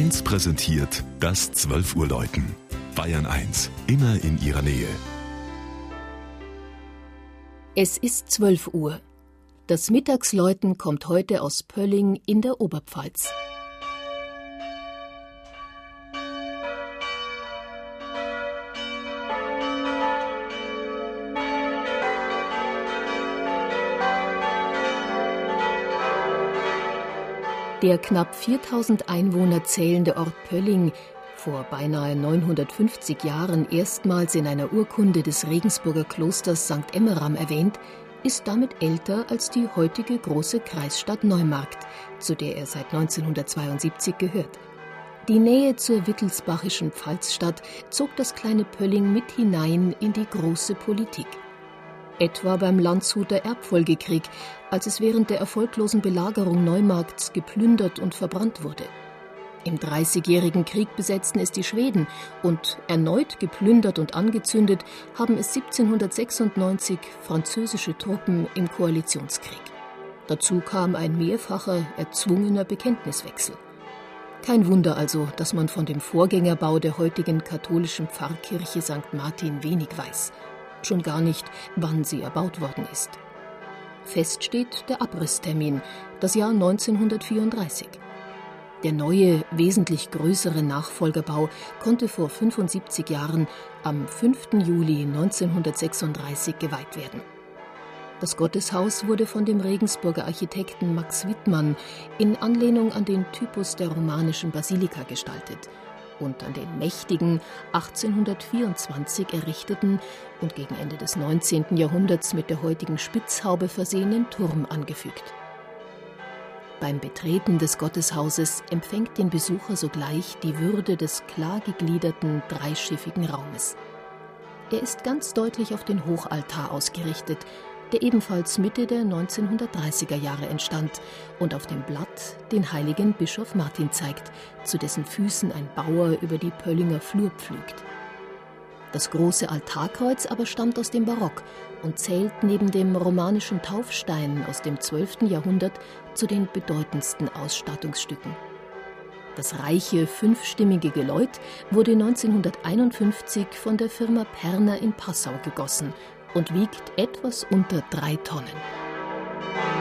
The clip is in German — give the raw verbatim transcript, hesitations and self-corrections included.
eins präsentiert das zwölf Uhr Läuten. Bayern eins, immer in ihrer Nähe. Es ist zwölf Uhr. Das Mittagsläuten kommt heute aus Pölling in der Oberpfalz. Der knapp viertausend Einwohner zählende Ort Pölling, vor beinahe neunhundertfünfzig Jahren erstmals in einer Urkunde des Regensburger Klosters Sankt Emmeram erwähnt, ist damit älter als die heutige große Kreisstadt Neumarkt, zu der er seit neunzehnhundertzweiundsiebzig gehört. Die Nähe zur wittelsbachischen Pfalzstadt zog das kleine Pölling mit hinein in die große Politik. Etwa beim Landshuter Erbfolgekrieg, als es während der erfolglosen Belagerung Neumarkts geplündert und verbrannt wurde. Im Dreißigjährigen Krieg besetzten es die Schweden und erneut geplündert und angezündet haben es siebzehnhundertsechsundneunzig französische Truppen im Koalitionskrieg. Dazu kam ein mehrfacher erzwungener Bekenntniswechsel. Kein Wunder also, dass man von dem Vorgängerbau der heutigen katholischen Pfarrkirche Sankt Martin wenig weiß. Schon gar nicht, wann sie erbaut worden ist. Fest steht der Abrisstermin, das Jahr neunzehnhundertvierunddreißig. Der neue, wesentlich größere Nachfolgerbau konnte vor fünfundsiebzig Jahren am fünften Juli neunzehnhundertsechsunddreißig geweiht werden. Das Gotteshaus wurde von dem Regensburger Architekten Max Wittmann in Anlehnung an den Typus der romanischen Basilika gestaltet und an den mächtigen, achtzehnhundertvierundzwanzig errichteten und gegen Ende des neunzehnten Jahrhunderts mit der heutigen Spitzhaube versehenen Turm angefügt. Beim Betreten des Gotteshauses empfängt den Besucher sogleich die Würde des klar gegliederten, dreischiffigen Raumes. Er ist ganz deutlich auf den Hochaltar ausgerichtet, der ebenfalls Mitte der neunzehnhundertdreißiger Jahre entstand und auf dem Blatt den heiligen Bischof Martin zeigt, zu dessen Füßen ein Bauer über die Pöllinger Flur pflügt. Das große Altarkreuz aber stammt aus dem Barock und zählt neben dem romanischen Taufstein aus dem zwölften Jahrhundert zu den bedeutendsten Ausstattungsstücken. Das reiche, fünfstimmige Geläut wurde neunzehnhunderteinundfünfzig von der Firma Perner in Passau gegossen und wiegt etwas unter drei Tonnen.